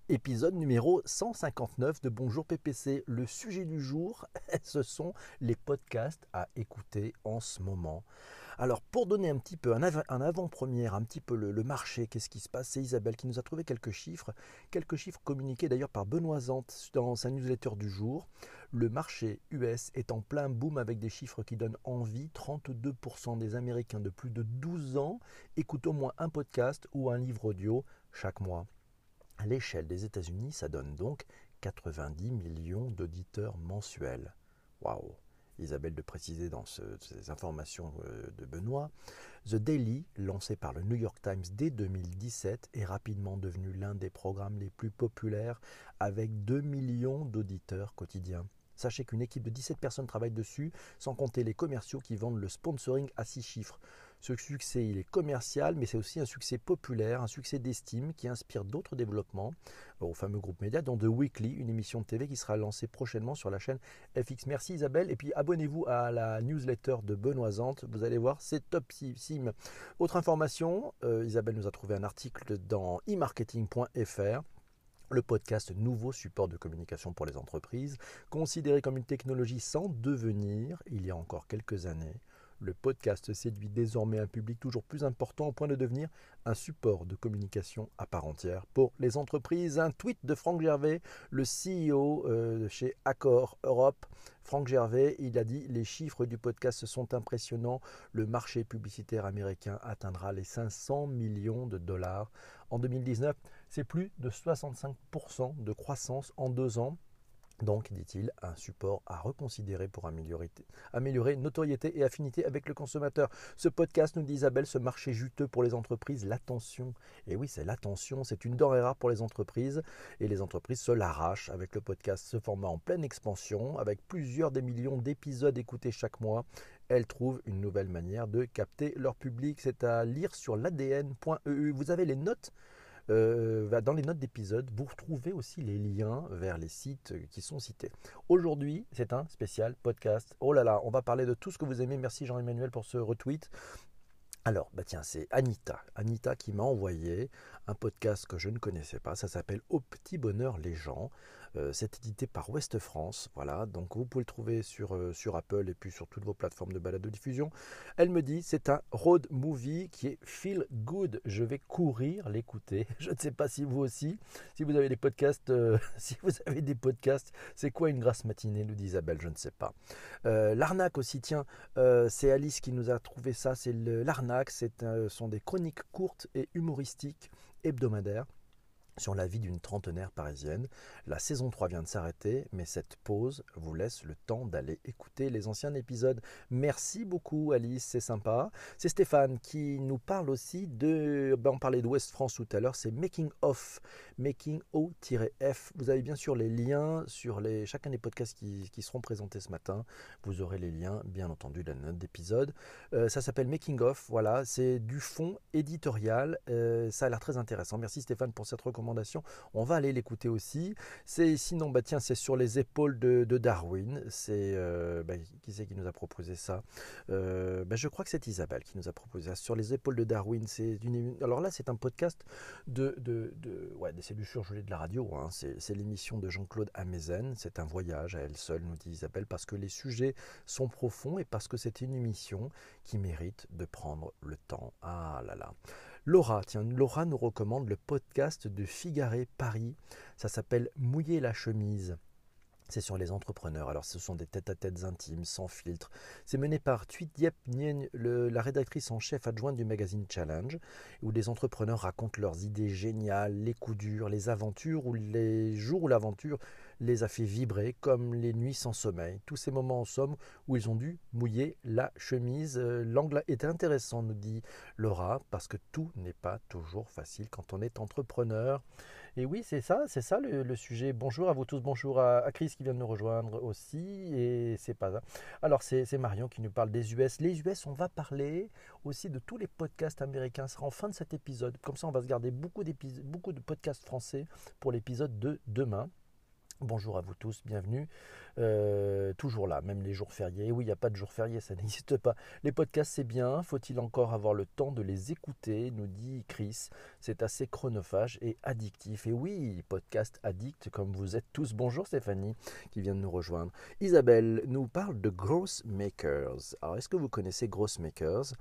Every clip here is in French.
Épisode numéro 159 de Bonjour PPC. Le sujet du jour, ce sont les podcasts à écouter en ce moment. Alors pour donner un petit peu un avant-première, un petit peu le marché, qu'est-ce qui se passe, c'est Isabelle qui nous a trouvé quelques chiffres communiqués d'ailleurs par Benoît Zant dans sa newsletter du jour. Le marché US est en plein boom avec des chiffres qui donnent envie. 32% des Américains de plus de 12 ans écoutent au moins un podcast ou un livre audio chaque mois. À l'échelle des États-Unis, ça donne donc 90 millions d'auditeurs mensuels. Waouh! Isabelle de préciser dans ces informations de Benoît. The Daily, lancé par le New York Times dès 2017, est rapidement devenu l'un des programmes les plus populaires avec 2 millions d'auditeurs quotidiens. Sachez qu'une équipe de 17 personnes travaille dessus, sans compter les commerciaux qui vendent le sponsoring à 6 chiffres. Ce succès, il est commercial, mais c'est aussi un succès populaire, un succès d'estime qui inspire d'autres développements au fameux groupe média, dont The Weekly, une émission de TV qui sera lancée prochainement sur la chaîne FX. Merci Isabelle, et puis abonnez-vous à la newsletter de Benoît Zant, vous allez voir, c'est topissime. Autre information, Isabelle nous a trouvé un article dans emarketing.fr. Le podcast, nouveau support de communication pour les entreprises, considéré comme une technologie sans devenir il y a encore quelques années. Le podcast séduit désormais un public toujours plus important au point de devenir un support de communication à part entière pour les entreprises. Un tweet de Franck Gervais, le CEO de chez Accor Europe. Franck Gervais, il a dit « Les chiffres du podcast sont impressionnants. Le marché publicitaire américain atteindra les 500 millions de dollars en 2019. C'est plus de 65% de croissance en 2 ans. » Donc, dit-il, un support à reconsidérer pour améliorer notoriété et affinité avec le consommateur. Ce podcast, nous dit Isabelle, ce marché juteux pour les entreprises, l'attention. Et oui, c'est l'attention, c'est une denrée rare pour les entreprises. Et les entreprises se l'arrachent avec le podcast, ce format en pleine expansion, avec plusieurs des millions d'épisodes écoutés chaque mois. Elles trouvent une nouvelle manière de capter leur public. C'est à lire sur l'adn.eu. Vous avez les notes dans les notes d'épisode, vous retrouvez aussi les liens vers les sites qui sont cités. Aujourd'hui, c'est un spécial podcast. Oh là là, on va parler de tout ce que vous aimez. Merci Jean-Emmanuel pour ce retweet. Alors, tiens, c'est Anita qui m'a envoyé un podcast que je ne connaissais pas. Ça s'appelle Au petit bonheur les gens. C'est édité par Ouest France. Voilà, donc vous pouvez le trouver sur Apple et puis sur toutes vos plateformes de balado-diffusion. Elle me dit c'est un road movie qui est feel good. Je vais courir l'écouter. Je ne sais pas si vous aussi, si vous avez des podcasts, c'est quoi une grasse matinée, nous dit Isabelle, je ne sais pas. L'arnaque aussi, tiens, c'est Alice qui nous a trouvé ça. C'est l'arnaque, sont des chroniques courtes et humoristiques hebdomadaires sur la vie d'une trentenaire parisienne. La saison 3 vient de s'arrêter, mais cette pause vous laisse le temps d'aller écouter les anciens épisodes. Merci beaucoup Alice, c'est sympa. C'est Stéphane qui nous parle aussi on parlait d'Ouest France tout à l'heure, c'est Making of, Making O-F. Vous avez bien sûr les liens sur chacun des podcasts qui seront présentés ce matin. Vous aurez les liens, bien entendu, de la note d'épisode. Ça s'appelle Making of, voilà, c'est du fond éditorial. Ça a l'air très intéressant. Merci Stéphane pour cette recommandation. On va aller l'écouter aussi. Sinon, tiens, c'est sur les épaules de Darwin. Qui c'est qui nous a proposé ça? Je crois que c'est Isabelle qui nous a proposé ça. Sur les épaules de Darwin. Alors là, c'est un podcast c'est du surgelé de la radio. Hein. C'est l'émission de Jean-Claude Amezen. C'est un voyage à elle seule, nous dit Isabelle, parce que les sujets sont profonds et parce que c'est une émission qui mérite de prendre le temps. Ah là là. Laura nous recommande le podcast de Figaré Paris. Ça s'appelle Mouiller la chemise. C'est sur les entrepreneurs. Alors, ce sont des tête-à-tête intimes, sans filtre. C'est mené par Thuy Diep Nguyen, la rédactrice en chef adjointe du magazine Challenge, où des entrepreneurs racontent leurs idées géniales, les coups durs, les aventures ou les jours où l'aventure les a fait vibrer, comme les nuits sans sommeil. Tous ces moments en somme où ils ont dû mouiller la chemise. L'angle est intéressant, nous dit Laura, parce que tout n'est pas toujours facile quand on est entrepreneur. Et oui, c'est ça le sujet. Bonjour à vous tous, bonjour à Chris qui vient de nous rejoindre aussi. Et c'est pas ça. Alors c'est Marion qui nous parle des US. Les US, on va parler aussi de tous les podcasts américains. Ce sera en fin de cet épisode. Comme ça, on va se garder beaucoup de podcasts français pour l'épisode de demain. Bonjour à vous tous, bienvenue. toujours là, même les jours fériés. Oui, il n'y a pas de jours fériés, ça n'existe pas. Les podcasts, c'est bien, faut-il encore avoir le temps de les écouter, nous dit Chris. C'est assez chronophage et addictif. Et oui, podcast addict comme vous êtes tous. Bonjour Stéphanie qui vient de nous rejoindre. Isabelle nous parle de Growth Makers. Alors, est-ce que vous connaissez Growth Makers?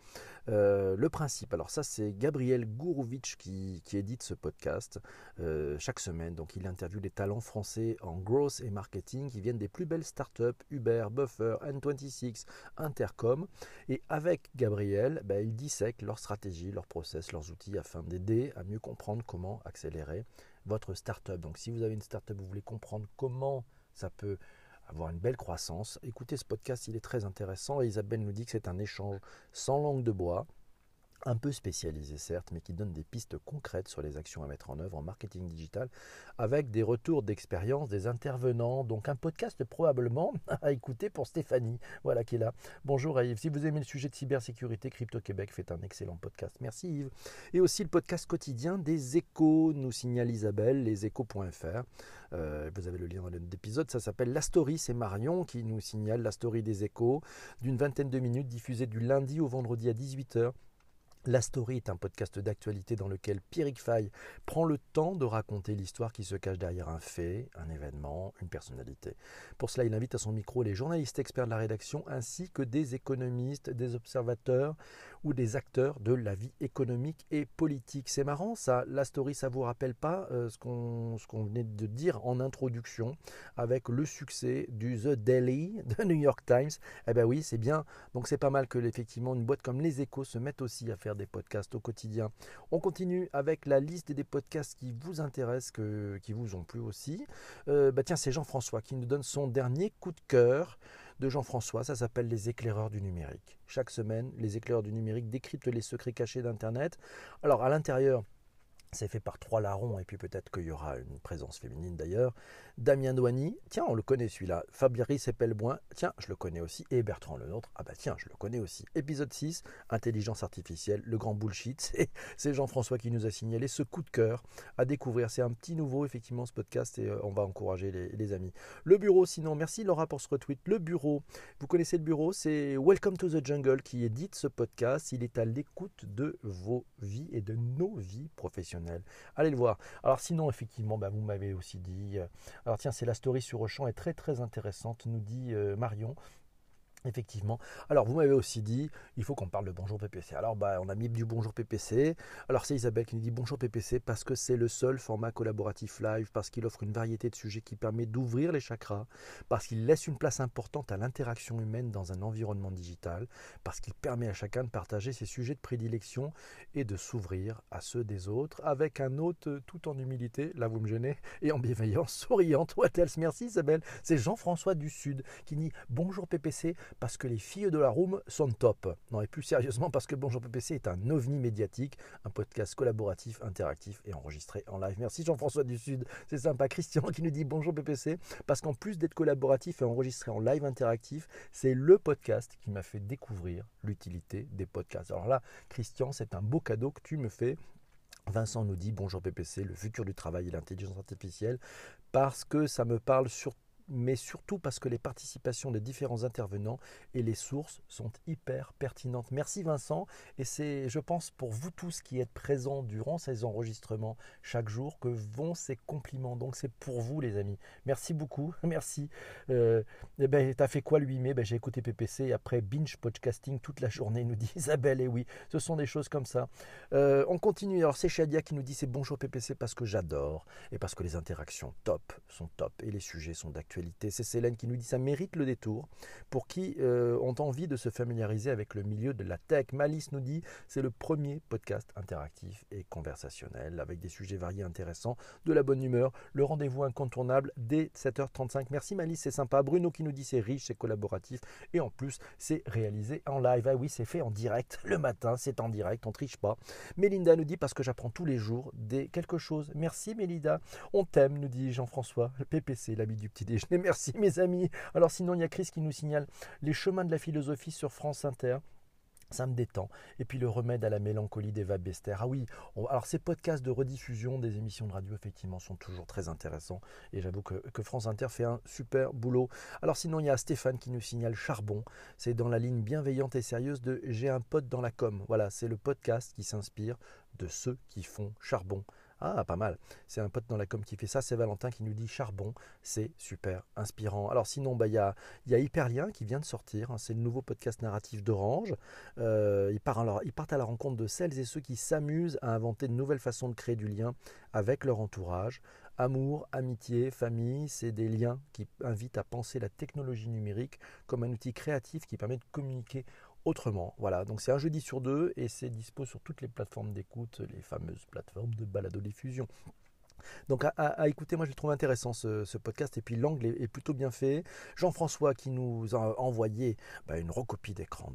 Le principe, alors ça c'est Gabriel Gourovic qui édite ce podcast chaque semaine. Donc il interviewe des talents français en growth et marketing qui viennent des plus belles startups, Uber, Buffer, N26, Intercom. Et avec Gabriel, il dissèque leur stratégie, leurs process, leurs outils afin d'aider à mieux comprendre comment accélérer votre startup. Donc si vous avez une startup, vous voulez comprendre comment ça peut avoir une belle croissance, écoutez ce podcast, il est très intéressant. Et Isabelle nous dit que c'est un échange sans langue de bois, un peu spécialisé certes, mais qui donne des pistes concrètes sur les actions à mettre en œuvre en marketing digital, avec des retours d'expérience des intervenants. Donc un podcast probablement à écouter pour Stéphanie, voilà qui est là. Bonjour Yves, si vous aimez le sujet de cybersécurité, Crypto Québec fait un excellent podcast. Merci Yves. Et aussi le podcast quotidien des Échos, nous signale Isabelle, leséchos.fr. Vous avez le lien dans l'épisode, ça s'appelle La Story, c'est Marion qui nous signale La Story des Échos, d'une vingtaine de minutes, diffusée du lundi au vendredi à 18h. La Story est un podcast d'actualité dans lequel Pierrick Fay prend le temps de raconter l'histoire qui se cache derrière un fait, un événement, une personnalité. Pour cela, il invite à son micro les journalistes experts de la rédaction ainsi que des économistes, des observateurs ou des acteurs de la vie économique et politique. C'est marrant ça, La Story, ça vous rappelle pas ce qu'on venait de dire en introduction avec le succès du The Daily de New York Times? Eh bien oui, c'est bien. Donc c'est pas mal que effectivement une boîte comme Les Échos se mette aussi à faire des podcasts au quotidien. On continue avec la liste des podcasts qui vous intéressent, qui vous ont plu aussi. Tiens, c'est Jean-François qui nous donne son dernier coup de cœur de Jean-François, ça s'appelle Les éclaireurs du numérique. Chaque semaine, les éclaireurs du numérique décryptent les secrets cachés d'Internet. Alors à l'intérieur, c'est fait par 3 larrons et puis peut-être qu'il y aura une présence féminine d'ailleurs. Damien Douany, tiens, on le connaît celui-là. Fabrice Epelboin, tiens, je le connais aussi. Et Bertrand Lenôtre, ah bah tiens, je le connais aussi. Épisode 6, Intelligence artificielle, le grand bullshit. C'est Jean-François qui nous a signalé ce coup de cœur à découvrir. C'est un petit nouveau, effectivement, ce podcast et on va encourager les amis. Le bureau, sinon, merci Laura pour ce retweet. Le bureau, vous connaissez le bureau, c'est Welcome to the Jungle qui édite ce podcast. Il est à l'écoute de vos vies et de nos vies professionnelles. Allez le voir. Alors sinon, effectivement, vous m'avez aussi dit... Alors tiens, c'est La Story sur Auchan, est très très intéressante, nous dit Marion. Effectivement. Alors, vous m'avez aussi dit, il faut qu'on parle de Bonjour PPC. Alors, on a mis du Bonjour PPC. Alors, c'est Isabelle qui nous dit Bonjour PPC parce que c'est le seul format collaboratif live, parce qu'il offre une variété de sujets qui permet d'ouvrir les chakras, parce qu'il laisse une place importante à l'interaction humaine dans un environnement digital, parce qu'il permet à chacun de partager ses sujets de prédilection et de s'ouvrir à ceux des autres avec un hôte tout en humilité, là vous me gênez, et en bienveillance souriante. What else? Merci Isabelle. C'est Jean-François du Sud qui dit Bonjour PPC parce que les filles de la room sont top. Non, et plus sérieusement, parce que Bonjour PPC est un ovni médiatique, un podcast collaboratif, interactif et enregistré en live. Merci Jean-François du Sud, c'est sympa. Christian qui nous dit Bonjour PPC, parce qu'en plus d'être collaboratif et enregistré en live interactif, c'est le podcast qui m'a fait découvrir l'utilité des podcasts. Alors là, Christian, c'est un beau cadeau que tu me fais. Vincent nous dit Bonjour PPC, le futur du travail et l'intelligence artificielle, parce que ça me parle mais surtout parce que les participations des différents intervenants et les sources sont hyper pertinentes. Merci Vincent, et c'est, je pense, pour vous tous qui êtes présents durant ces enregistrements chaque jour que vont ces compliments. Donc c'est pour vous les amis. Merci beaucoup, merci. T'as fait quoi le 8 mai? J'ai écouté PPC et après binge podcasting toute la journée, nous dit Isabelle, et oui, ce sont des choses comme ça. On continue, alors c'est Shadia qui nous dit c'est Bonjour PPC parce que j'adore et parce que les interactions sont top et les sujets sont d'actualité. C'est Célène qui nous dit ça mérite le détour pour qui ont envie de se familiariser avec le milieu de la tech. Malice nous dit c'est le premier podcast interactif et conversationnel avec des sujets variés intéressants, de la bonne humeur, le rendez-vous incontournable dès 7h35. Merci Malice, c'est sympa. Bruno qui nous dit c'est riche, c'est collaboratif et en plus c'est réalisé en live. Ah oui, c'est fait en direct le matin, c'est en direct, on triche pas. Mélinda nous dit parce que j'apprends tous les jours quelque chose. Merci Mélinda, on t'aime, nous dit Jean-François. Le PPC, l'ami du petit déjeuner. Merci mes amis. Alors sinon, il y a Chris qui nous signale les chemins de la philosophie sur France Inter. Ça me détend. Et puis le remède à la mélancolie d'Eva Bester. Ah oui, alors ces podcasts de rediffusion des émissions de radio, effectivement, sont toujours très intéressants. Et j'avoue que France Inter fait un super boulot. Alors sinon, il y a Stéphane qui nous signale Charbon. C'est dans la ligne bienveillante et sérieuse de J'ai un pote dans la com. Voilà, c'est le podcast qui s'inspire de ceux qui font charbon. Ah, pas mal. C'est un pote dans la com qui fait ça. C'est Valentin qui nous dit Charbon. C'est super inspirant. Alors sinon, il y a Hyperlien qui vient de sortir. Hein. C'est le nouveau podcast narratif d'Orange. Ils partent à la rencontre de celles et ceux qui s'amusent à inventer de nouvelles façons de créer du lien avec leur entourage. Amour, amitié, famille, c'est des liens qui invitent à penser la technologie numérique comme un outil créatif qui permet de communiquer autrement. Voilà, donc c'est un jeudi sur deux et c'est dispo sur toutes les plateformes d'écoute, les fameuses plateformes de balado-diffusion. Donc à écouter, moi je le trouve intéressant ce podcast et puis l'angle est plutôt bien fait. Jean-François qui nous a envoyé une recopie d'écran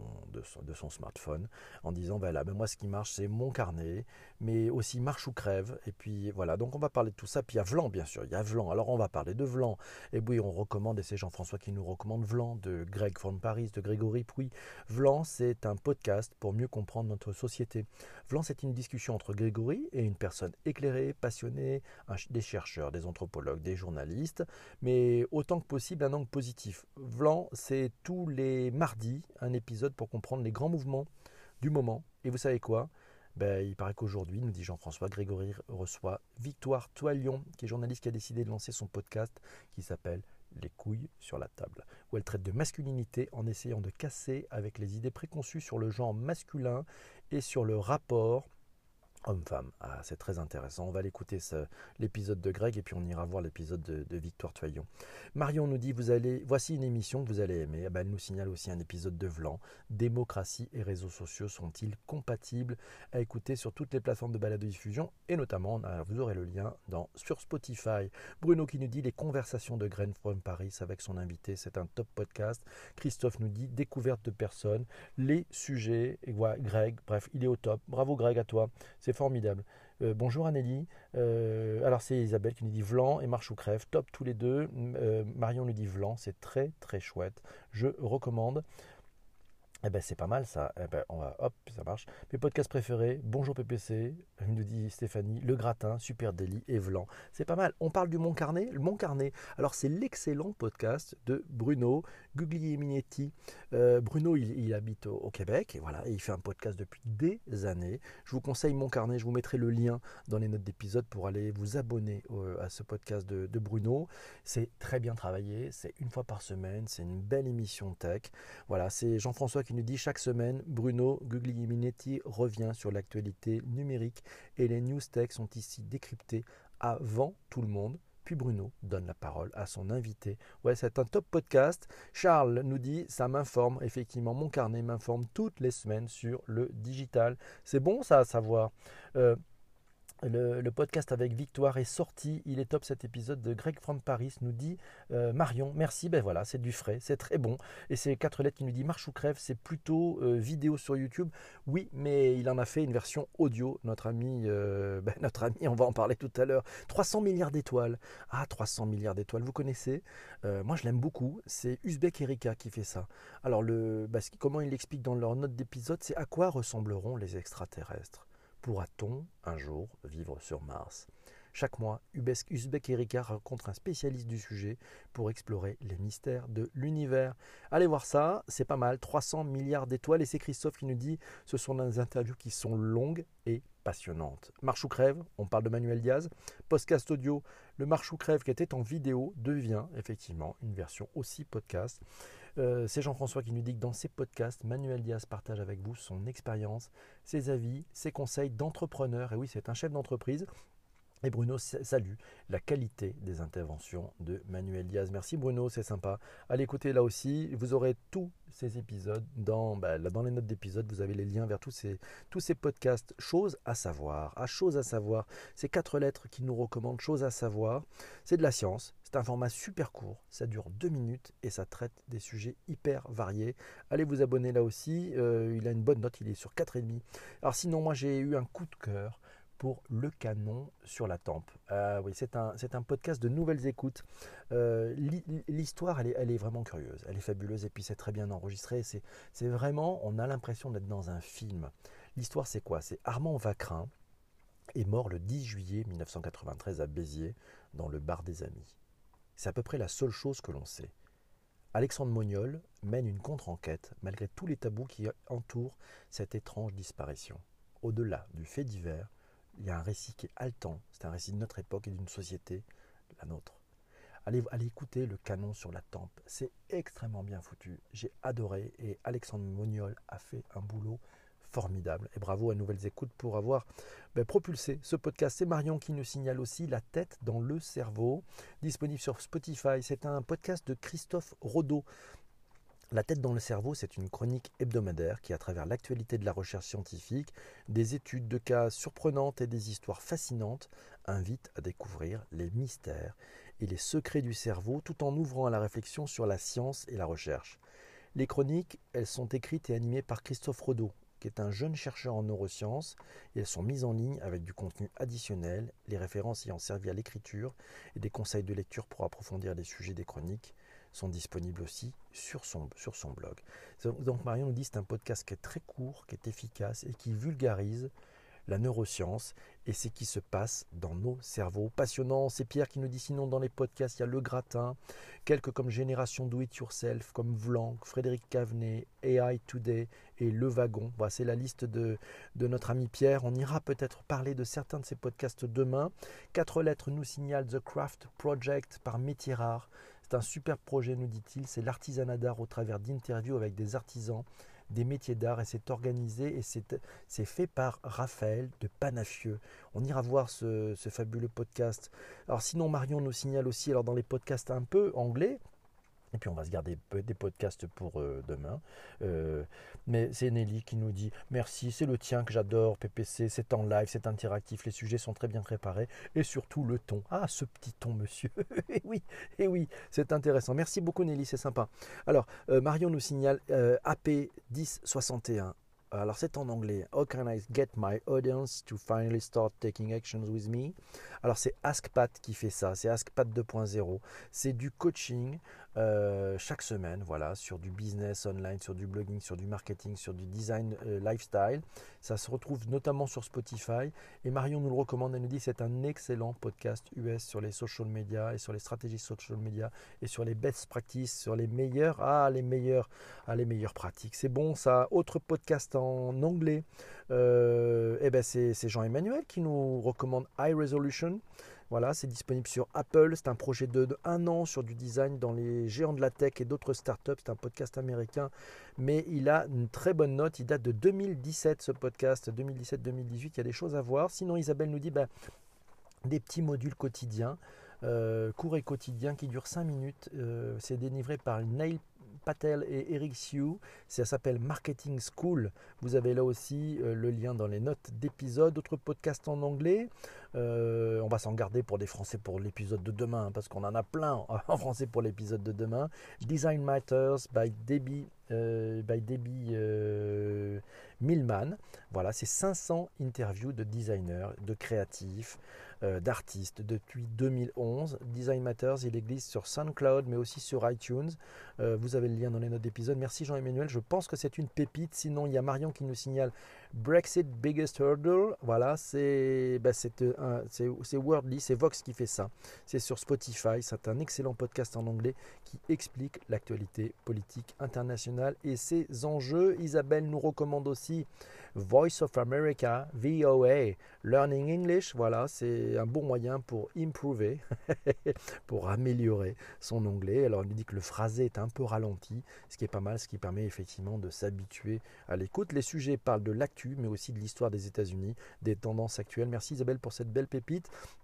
de son smartphone en disant moi ce qui marche c'est mon carnet, mais aussi marche ou crève. Et puis voilà, donc on va parler de tout ça. Puis il y a Vlan bien sûr, il y a Vlan. Alors on va parler de Vlan. Et oui, on recommande, et c'est Jean-François qui nous recommande Vlan de Greg from Paris, de Grégory Pouy. Vlan c'est un podcast pour mieux comprendre notre société. Vlan c'est une discussion entre Grégory et une personne éclairée, passionnée, des chercheurs, des anthropologues, des journalistes, mais autant que possible un angle positif. Vlan, c'est tous les mardis un épisode pour comprendre les grands mouvements du moment. Et vous savez quoi ? Il paraît qu'aujourd'hui, nous dit Jean-François, Grégory reçoit Victoire Toilion, qui est journaliste qui a décidé de lancer son podcast qui s'appelle Les couilles sur la table, où elle traite de masculinité en essayant de casser avec les idées préconçues sur le genre masculin et sur le rapport homme-femme. Ah, c'est très intéressant. On va l'écouter l'épisode de Greg et puis on ira voir l'épisode de Victoire Toyon. Marion nous dit voici une émission que vous allez aimer. Elle nous signale aussi un épisode de Vlan. Démocratie et réseaux sociaux sont-ils compatibles à écouter sur toutes les plateformes de balado-diffusion et notamment, vous aurez le lien sur Spotify. Bruno qui nous dit les conversations de Greg from Paris avec son invité, c'est un top podcast. Christophe nous dit découverte de personnes, les sujets, et voilà, Greg, bref, il est au top. Bravo Greg, à toi. C'est formidable. Bonjour Anélie. Alors c'est Isabelle qui nous dit Vlan et Marche ou crève, top tous les deux. Marion nous dit Vlan, c'est très très chouette. Je recommande. C'est pas mal ça. Ça marche. Mes podcasts préférés, Bonjour PPC, nous dit Stéphanie, Le Gratin, Super Délit et Vlan. C'est pas mal. On parle du Mon Carnet. Le Mon Carnet, alors c'est l'excellent podcast de Bruno Guglielminetti. Bruno, il habite au Québec et voilà, et il fait un podcast depuis des années. Je vous conseille Mon Carnet, je vous mettrai le lien dans les notes d'épisode pour aller vous abonner à ce podcast de Bruno. C'est très bien travaillé, c'est une fois par semaine, c'est une belle émission tech. Voilà, c'est Jean-François qui nous dit chaque semaine, Bruno Guglielminetti revient sur l'actualité numérique et les news tech sont ici décryptées avant tout le monde. Puis Bruno donne la parole à son invité. Ouais, c'est un top podcast. Charles nous dit, ça m'informe, effectivement, mon carnet m'informe toutes les semaines sur le digital. C'est bon ça à savoir. Le podcast avec Victoire est sorti, il est top cet épisode de Greg from Paris, nous dit Marion, merci, voilà, c'est du frais, c'est très bon. Et c'est 4 lettres qui nous dit Marche ou crève, c'est plutôt vidéo sur YouTube. Oui, mais il en a fait une version audio, notre ami, on va en parler tout à l'heure. 300 milliards d'étoiles. Ah, 300 milliards d'étoiles, vous connaissez moi je l'aime beaucoup, c'est Uzbek Erika qui fait ça. Alors, comment il l'explique dans leur note d'épisode, c'est à quoi ressembleront les extraterrestres. Pourra-t-on un jour vivre sur Mars ? Chaque mois, Uzbek Erika rencontre un spécialiste du sujet pour explorer les mystères de l'univers. Allez voir ça, c'est pas mal, 300 milliards d'étoiles. Et c'est Christophe qui nous dit ce sont des interviews qui sont longues et passionnantes. Marche ou crève, on parle de Manuel Diaz. Podcast audio, le Marche ou crève qui était en vidéo devient effectivement une version aussi podcast. C'est Jean-François qui nous dit que dans ses podcasts, Manuel Diaz partage avec vous son expérience, ses avis, ses conseils d'entrepreneur. Et oui, c'est un chef d'entreprise. Et Bruno salue la qualité des interventions de Manuel Diaz. Merci Bruno, c'est sympa. Allez écouter là aussi, vous aurez tous ces épisodes dans les notes d'épisode. Vous avez les liens vers tous ces podcasts. Chose à savoir, ces 4 lettres qui nous recommandent chose à savoir. C'est de la science, c'est un format super court, ça dure 2 minutes et ça traite des sujets hyper variés. Allez vous abonner là aussi, il a une bonne note, il est sur 4,5. Alors sinon, moi j'ai eu un coup de cœur pour Le Canon sur la tempe. Oui, c'est un podcast de nouvelles écoutes. L'histoire, elle est vraiment curieuse, elle est fabuleuse et puis c'est très bien enregistré. C'est vraiment, on a l'impression d'être dans un film. L'histoire, c'est quoi? C'est Armand Vacrin est mort le 10 juillet 1993 à Béziers, dans le bar des Amis. C'est à peu près la seule chose que l'on sait. Alexandre Moniol mène une contre-enquête malgré tous les tabous qui entourent cette étrange disparition. Au-delà du fait divers, il y a un récit qui est haletant. C'est un récit de notre époque et d'une société, la nôtre. Allez écouter Le Canon sur la tempe. C'est extrêmement bien foutu. J'ai adoré et Alexandre Moniol a fait un boulot formidable. Et bravo à Nouvelles Écoutes pour avoir propulsé ce podcast. C'est Marion qui nous signale aussi La tête dans le cerveau, disponible sur Spotify. C'est un podcast de Christophe Rodeau. La tête dans le cerveau, c'est une chronique hebdomadaire qui, à travers l'actualité de la recherche scientifique, des études de cas surprenantes et des histoires fascinantes, invite à découvrir les mystères et les secrets du cerveau tout en ouvrant à la réflexion sur la science et la recherche. Les chroniques, elles sont écrites et animées par Christophe Rodeau, qui est un jeune chercheur en neurosciences, et elles sont mises en ligne avec du contenu additionnel, les références ayant servi à l'écriture et des conseils de lecture pour approfondir les sujets des chroniques sont disponibles aussi sur son blog. Donc Marion nous dit que c'est un podcast qui est très court, qui est efficace et qui vulgarise la neuroscience et ce qui se passe dans nos cerveaux. Passionnant, c'est Pierre qui nous dit sinon dans les podcasts, il y a Le Gratin, quelques comme Génération Do It Yourself, comme Vlanc, Frédéric Cavenet, AI Today et Le Wagon. Voilà, c'est la liste de notre ami Pierre. On ira peut-être parler de certains de ces podcasts demain. 4 lettres nous signalent The Craft Project par Métier Rare. C'est un super projet, nous dit-il. C'est l'artisanat d'art au travers d'interviews avec des artisans, des métiers d'art, et c'est organisé et c'est fait par Raphaël de Panafieux. On ira voir ce fabuleux podcast. Alors sinon, Marion nous signale aussi, alors dans les podcasts un peu anglais, et puis on va se garder des podcasts pour demain. Mais c'est Nelly qui nous dit « Merci, c'est le tien que j'adore, PPC, c'est en live, c'est interactif, les sujets sont très bien préparés. Et surtout le ton. Ah, ce petit ton, monsieur. Et oui, c'est intéressant. Merci beaucoup Nelly, c'est sympa. Alors, Marion nous signale AP 1061. Alors c'est en anglais. How can I get my audience to finally start taking actions with me? Alors c'est AskPat qui fait ça. C'est AskPat 2.0. C'est du coaching chaque semaine, voilà, sur du business online, sur du blogging, sur du marketing, sur du design lifestyle. Ça se retrouve notamment sur Spotify. Et Marion nous le recommande. Elle nous dit c'est un excellent podcast US sur les social media et sur les stratégies social media et sur les best practices, sur les meilleures pratiques. C'est bon ça. Autre podcast en anglais, c'est Jean-Emmanuel qui nous recommande High Resolution. Voilà, c'est disponible sur Apple. C'est un projet de 1 an sur du design dans les géants de la tech et d'autres startups. C'est un podcast américain, mais il a une très bonne note. Il date de 2017 ce podcast, 2017-2018. Il y a des choses à voir. Sinon, Isabelle nous dit des petits modules quotidiens, courts et quotidiens qui durent 5 minutes. C'est délivré par Neil Patel et Eric Sioux. Ça s'appelle Marketing School. Vous avez là aussi le lien dans les notes d'épisode. D'autres podcasts en anglais. On va s'en garder pour des français pour l'épisode de demain, parce qu'on en a plein en français pour l'épisode de demain. Design Matters by Debbie Millman. Voilà, c'est 500 interviews de designers, de créatifs, d'artistes depuis 2011. Design Matters, il existe sur SoundCloud, mais aussi sur iTunes. Vous avez le lien dans les notes d'épisode. Merci Jean-Emmanuel, je pense que c'est une pépite. Sinon, il y a Marion qui nous signale Brexit Biggest Hurdle. Voilà, c'est Wordly, c'est Vox qui fait ça. C'est sur Spotify. C'est un excellent podcast en anglais qui explique l'actualité politique internationale et ses enjeux. Isabelle nous recommande aussi Voice of America, VOA, Learning English. Voilà, c'est un bon moyen pour improver, pour améliorer son anglais. Alors, il nous dit que le phrasé est un peu ralenti, ce qui est pas mal, ce qui permet effectivement de s'habituer à l'écoute. Les sujets parlent de l'actu, mais aussi de l'histoire des États-Unis, des tendances actuelles. Merci Isabelle pour cette belle pépite.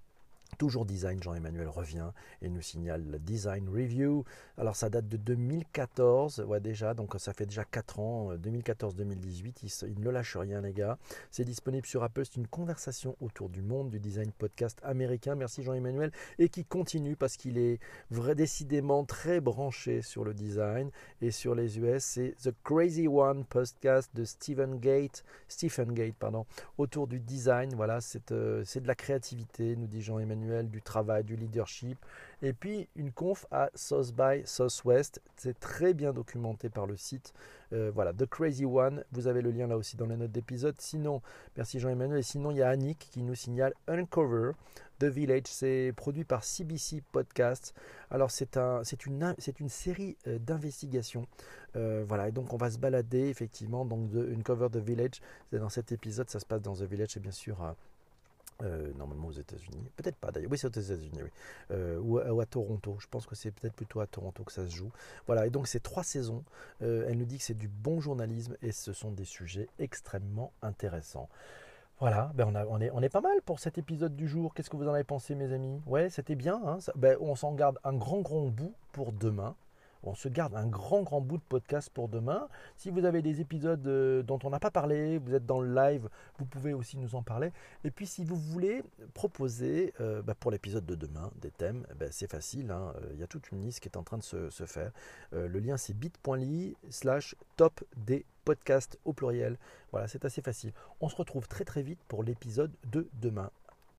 Toujours design, Jean-Emmanuel revient et nous signale la Design Review. Alors ça date de 2014, ouais déjà, donc ça fait déjà 4 ans, 2014-2018, il ne lâche rien les gars. C'est disponible sur Apple, c'est une conversation autour du monde du design podcast américain, merci Jean-Emmanuel, et qui continue parce qu'il est décidément très branché sur le design et sur les US. C'est The Crazy One podcast de Stephen Gate, autour du design. Voilà, c'est de la créativité, nous dit Jean-Emmanuel, du travail, du leadership. Et puis une conf à South by Southwest, c'est très bien documenté par le site. Voilà, The Crazy One, vous avez le lien là aussi dans les notes d'épisode. Sinon, merci Jean-Emmanuel. Et sinon, il y a Annick qui nous signale Uncover The Village, c'est produit par CBC Podcast. Alors c'est une série d'investigations. Voilà, et donc on va se balader effectivement dans Uncover The Village. Dans cet épisode, ça se passe dans The Village, et bien sûr normalement aux États-Unis, peut-être pas d'ailleurs, oui c'est aux États-Unis, oui. Ou à Toronto, je pense que c'est peut-être plutôt à Toronto que ça se joue. Voilà, et donc c'est 3 saisons, elle nous dit que c'est du bon journalisme et ce sont des sujets extrêmement intéressants. Voilà, ben on est pas mal pour cet épisode du jour. Qu'est-ce que vous en avez pensé mes amis? Ouais, c'était bien, hein, on s'en garde un grand bout pour demain. On se garde un grand bout de podcast pour demain. Si vous avez des épisodes dont on n'a pas parlé, vous êtes dans le live, vous pouvez aussi nous en parler. Et puis si vous voulez proposer pour l'épisode de demain des thèmes, c'est facile, hein, il y a toute une liste qui est en train de se faire. Le lien c'est bit.ly/top des podcasts au pluriel. Voilà, c'est assez facile. On se retrouve très vite pour l'épisode de demain.